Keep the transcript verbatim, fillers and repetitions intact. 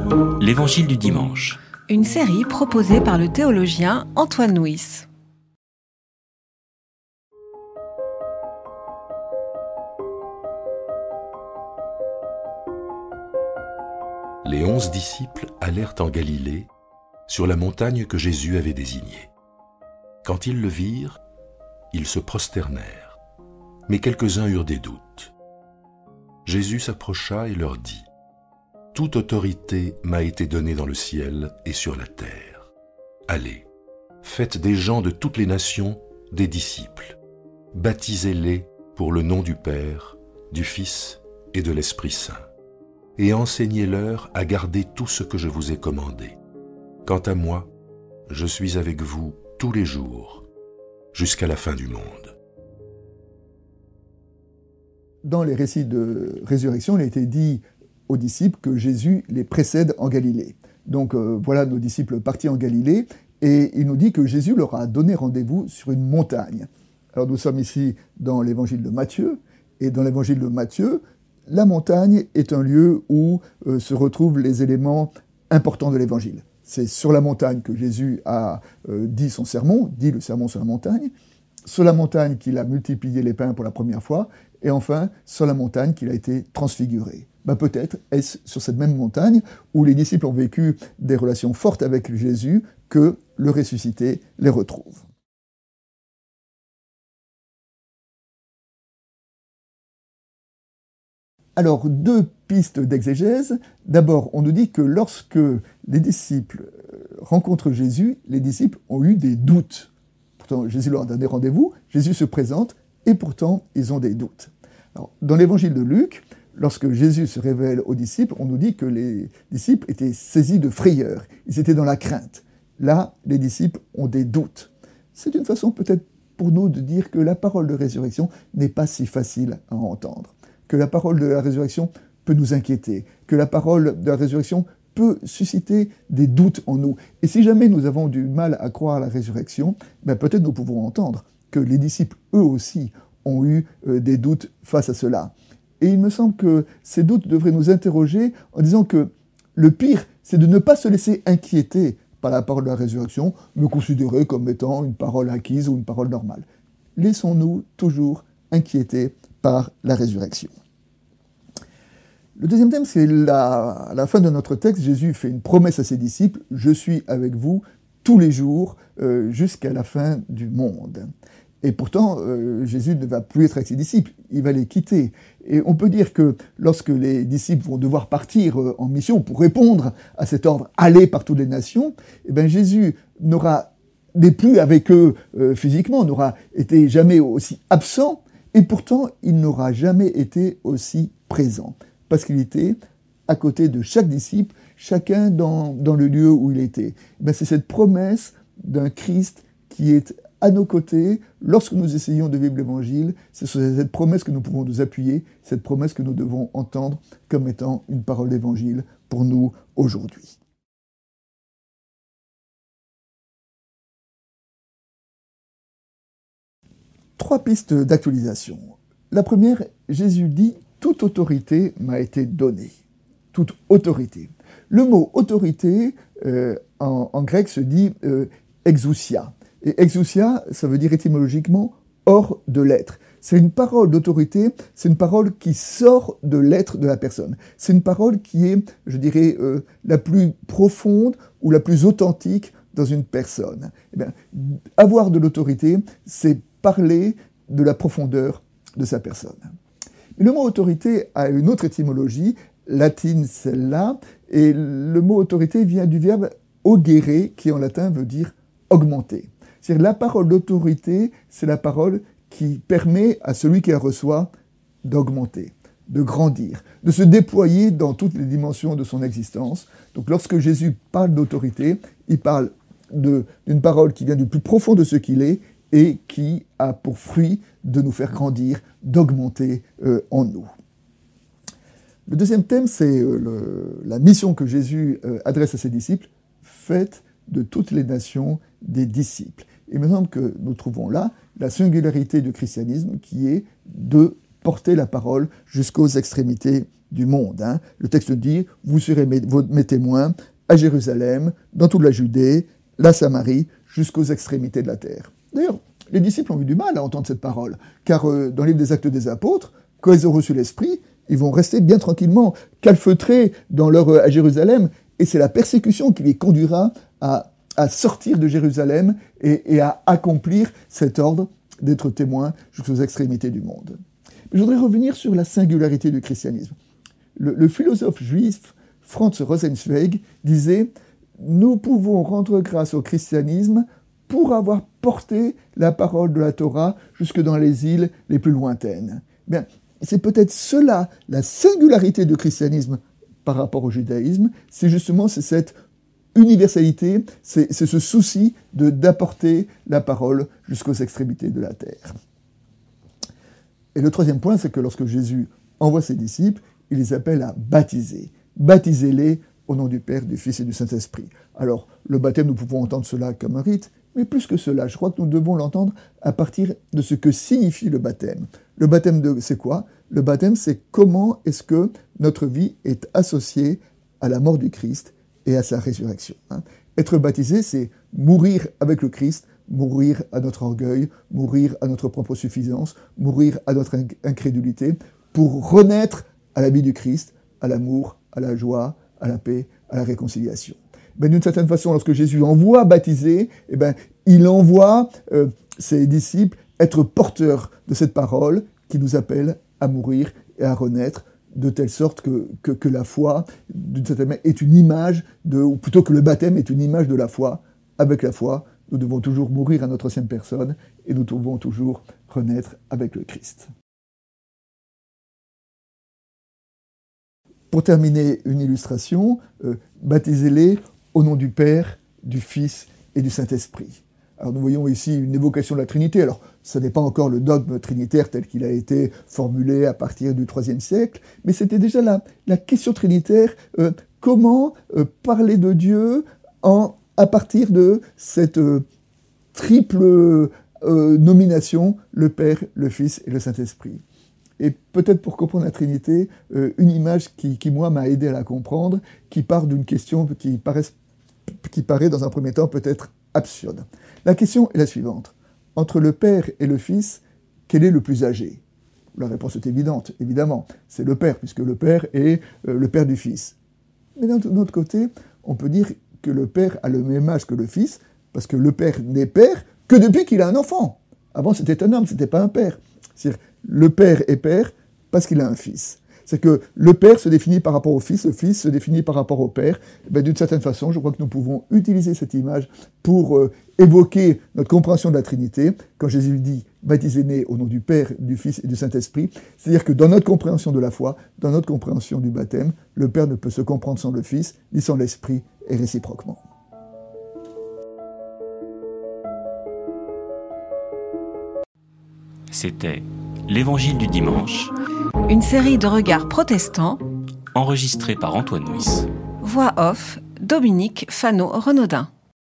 L'Évangile du dimanche. Une série proposée par le théologien Antoine Nuis. Les onze disciples allèrent en Galilée, sur la montagne que Jésus avait désignée. Quand ils le virent, ils se prosternèrent, mais quelques-uns eurent des doutes. Jésus s'approcha et leur dit : « Toute autorité m'a été donnée dans le ciel et sur la terre. Allez, faites des gens de toutes les nations des disciples. Baptisez-les pour le nom du Père, du Fils et de l'Esprit Saint. Et enseignez-leur à garder tout ce que je vous ai commandé. Quant à moi, je suis avec vous tous les jours, jusqu'à la fin du monde. » Dans les récits de résurrection, il a été dit aux disciples que Jésus les précède en Galilée. Donc euh, voilà nos disciples partis en Galilée, et il nous dit que Jésus leur a donné rendez-vous sur une montagne. Alors nous sommes ici dans l'évangile de Matthieu, et dans l'évangile de Matthieu, la montagne est un lieu où euh, se retrouvent les éléments importants de l'évangile. C'est sur la montagne que Jésus a euh, dit son sermon, dit le sermon sur la montagne, sur la montagne qu'il a multiplié les pains pour la première fois, et enfin sur la montagne qu'il a été transfiguré. Ben peut-être est-ce sur cette même montagne où les disciples ont vécu des relations fortes avec Jésus que le ressuscité les retrouve. Alors, deux pistes d'exégèse. D'abord, on nous dit que lorsque les disciples rencontrent Jésus, les disciples ont eu des doutes. Pourtant, Jésus leur a donné rendez-vous, Jésus se présente, et pourtant, ils ont des doutes. Alors, dans l'évangile de Luc, lorsque Jésus se révèle aux disciples, on nous dit que les disciples étaient saisis de frayeur, ils étaient dans la crainte. Là, les disciples ont des doutes. C'est une façon peut-être pour nous de dire que la parole de résurrection n'est pas si facile à entendre, que la parole de la résurrection peut nous inquiéter, que la parole de la résurrection peut susciter des doutes en nous. Et si jamais nous avons du mal à croire à la résurrection, ben peut-être nous pouvons entendre que les disciples, eux aussi, ont eu euh, des doutes face à cela. Et il me semble que ces doutes devraient nous interroger en disant que le pire, c'est de ne pas se laisser inquiéter par la parole de la résurrection, me considérer comme étant une parole acquise ou une parole normale. Laissons-nous toujours inquiéter par la résurrection. Le deuxième thème, c'est la, à la fin de notre texte, Jésus fait une promesse à ses disciples, « Je suis avec vous tous les jours euh, jusqu'à la fin du monde ». Et pourtant, euh, Jésus ne va plus être avec ses disciples, il va les quitter. Et on peut dire que lorsque les disciples vont devoir partir euh, en mission pour répondre à cet ordre « Allez par toutes les nations », eh bien Jésus n'aura, n'est plus avec eux euh, physiquement, n'aura été jamais aussi absent, et pourtant il n'aura jamais été aussi présent, parce qu'il était à côté de chaque disciple, chacun dans, dans le lieu où il était. Eh bien, c'est cette promesse d'un Christ qui est à nos côtés, lorsque nous essayons de vivre l'Évangile, c'est sur cette promesse que nous pouvons nous appuyer, cette promesse que nous devons entendre comme étant une parole d'Évangile pour nous aujourd'hui. Trois pistes d'actualisation. La première, Jésus dit « Toute autorité m'a été donnée ». Toute autorité. Le mot « autorité euh, » en, en grec se dit euh, « exousia ». Et exousia, ça veut dire étymologiquement « hors de l'être ». C'est une parole d'autorité, c'est une parole qui sort de l'être de la personne. C'est une parole qui est, je dirais, euh, la plus profonde ou la plus authentique dans une personne. Eh bien, avoir de l'autorité, c'est parler de la profondeur de sa personne. Mais le mot autorité a une autre étymologie, latine celle-là, et le mot autorité vient du verbe augere, qui en latin veut dire augmenter. C'est-à-dire la parole d'autorité, c'est la parole qui permet à celui qui la reçoit d'augmenter, de grandir, de se déployer dans toutes les dimensions de son existence. Donc lorsque Jésus parle d'autorité, il parle de, d'une parole qui vient du plus profond de ce qu'il est et qui a pour fruit de nous faire grandir, d'augmenter euh, en nous. Le deuxième thème, c'est euh, le, la mission que Jésus euh, adresse à ses disciples, « Faites de toutes les nations des disciples ». Il me semble que nous trouvons là la singularité du christianisme qui est de porter la parole jusqu'aux extrémités du monde. Hein. Le texte dit « Vous serez mes, mes témoins à Jérusalem, dans toute la Judée, la Samarie, jusqu'aux extrémités de la terre. » D'ailleurs, les disciples ont eu du mal à entendre cette parole, car euh, dans le livre des Actes des Apôtres, quand ils ont reçu l'Esprit, ils vont rester bien tranquillement, calfeutrés dans leur, euh, à Jérusalem, et c'est la persécution qui les conduira à, à sortir de Jérusalem et, et à accomplir cet ordre d'être témoins jusqu'aux extrémités du monde. Mais je voudrais revenir sur la singularité du christianisme. Le, le philosophe juif Franz Rosenzweig disait « Nous pouvons rendre grâce au christianisme pour avoir porté la parole de la Torah jusque dans les îles les plus lointaines. » Bien, c'est peut-être cela, la singularité du christianisme par rapport au judaïsme, c'est justement c'est cette universalité, c'est, c'est ce souci de, d'apporter la parole jusqu'aux extrémités de la terre. Et le troisième point, c'est que lorsque Jésus envoie ses disciples, il les appelle à baptiser. Baptisez-les au nom du Père, du Fils et du Saint-Esprit. Alors, le baptême, nous pouvons entendre cela comme un rite, mais plus que cela, je crois que nous devons l'entendre à partir de ce que signifie le baptême. Le baptême, de, c'est quoi ? Le baptême, c'est comment est-ce que notre vie est associée à la mort du Christ et à sa résurrection. Hein. Être baptisé, c'est mourir avec le Christ, mourir à notre orgueil, mourir à notre propre suffisance, mourir à notre incrédulité, pour renaître à la vie du Christ, à l'amour, à la joie, à la paix, à la réconciliation. Ben, d'une certaine façon, lorsque Jésus envoie baptiser, eh ben, il envoie euh, ses disciples être porteurs de cette parole qui nous appelle à mourir et à renaître, de telle sorte que, que, que la foi, d'une certaine manière, est une image, de, ou plutôt que le baptême est une image de la foi. Avec la foi, nous devons toujours mourir à notre ancienne personne et nous devons toujours renaître avec le Christ. Pour terminer, une illustration, euh, baptisez-les au nom du Père, du Fils et du Saint-Esprit. Alors nous voyons ici une évocation de la Trinité. Alors ce n'est pas encore le dogme trinitaire tel qu'il a été formulé à partir du troisième siècle, mais c'était déjà la, la question trinitaire, euh, comment euh, parler de Dieu en, à partir de cette euh, triple euh, nomination, le Père, le Fils et le Saint-Esprit. Et peut-être pour comprendre la Trinité, euh, une image qui, qui, moi, m'a aidé à la comprendre, qui part d'une question qui, paraît, qui paraît, dans un premier temps, peut-être absurde. La question est la suivante. Entre le Père et le Fils, quel est le plus âgé ? La réponse est évidente, évidemment. C'est le Père, puisque le Père est euh, le Père du Fils. Mais d'un autre côté, on peut dire que le Père a le même âge que le Fils, parce que le Père n'est Père que depuis qu'il a un enfant. Avant, c'était un homme, c'était pas un Père. C'est-à-dire, le Père est Père parce qu'il a un Fils. C'est que le Père se définit par rapport au Fils, le Fils se définit par rapport au Père. Et bien, d'une certaine façon, je crois que nous pouvons utiliser cette image pour euh, évoquer notre compréhension de la Trinité. Quand Jésus dit « baptisez-les au nom du Père, du Fils et du Saint-Esprit », c'est-à-dire que dans notre compréhension de la foi, dans notre compréhension du baptême, le Père ne peut se comprendre sans le Fils, ni sans l'Esprit, et réciproquement. C'était l'Évangile du dimanche, une série de regards protestants, enregistrée par Antoine Nuis. Voix off, Dominique Fano-Renaudin.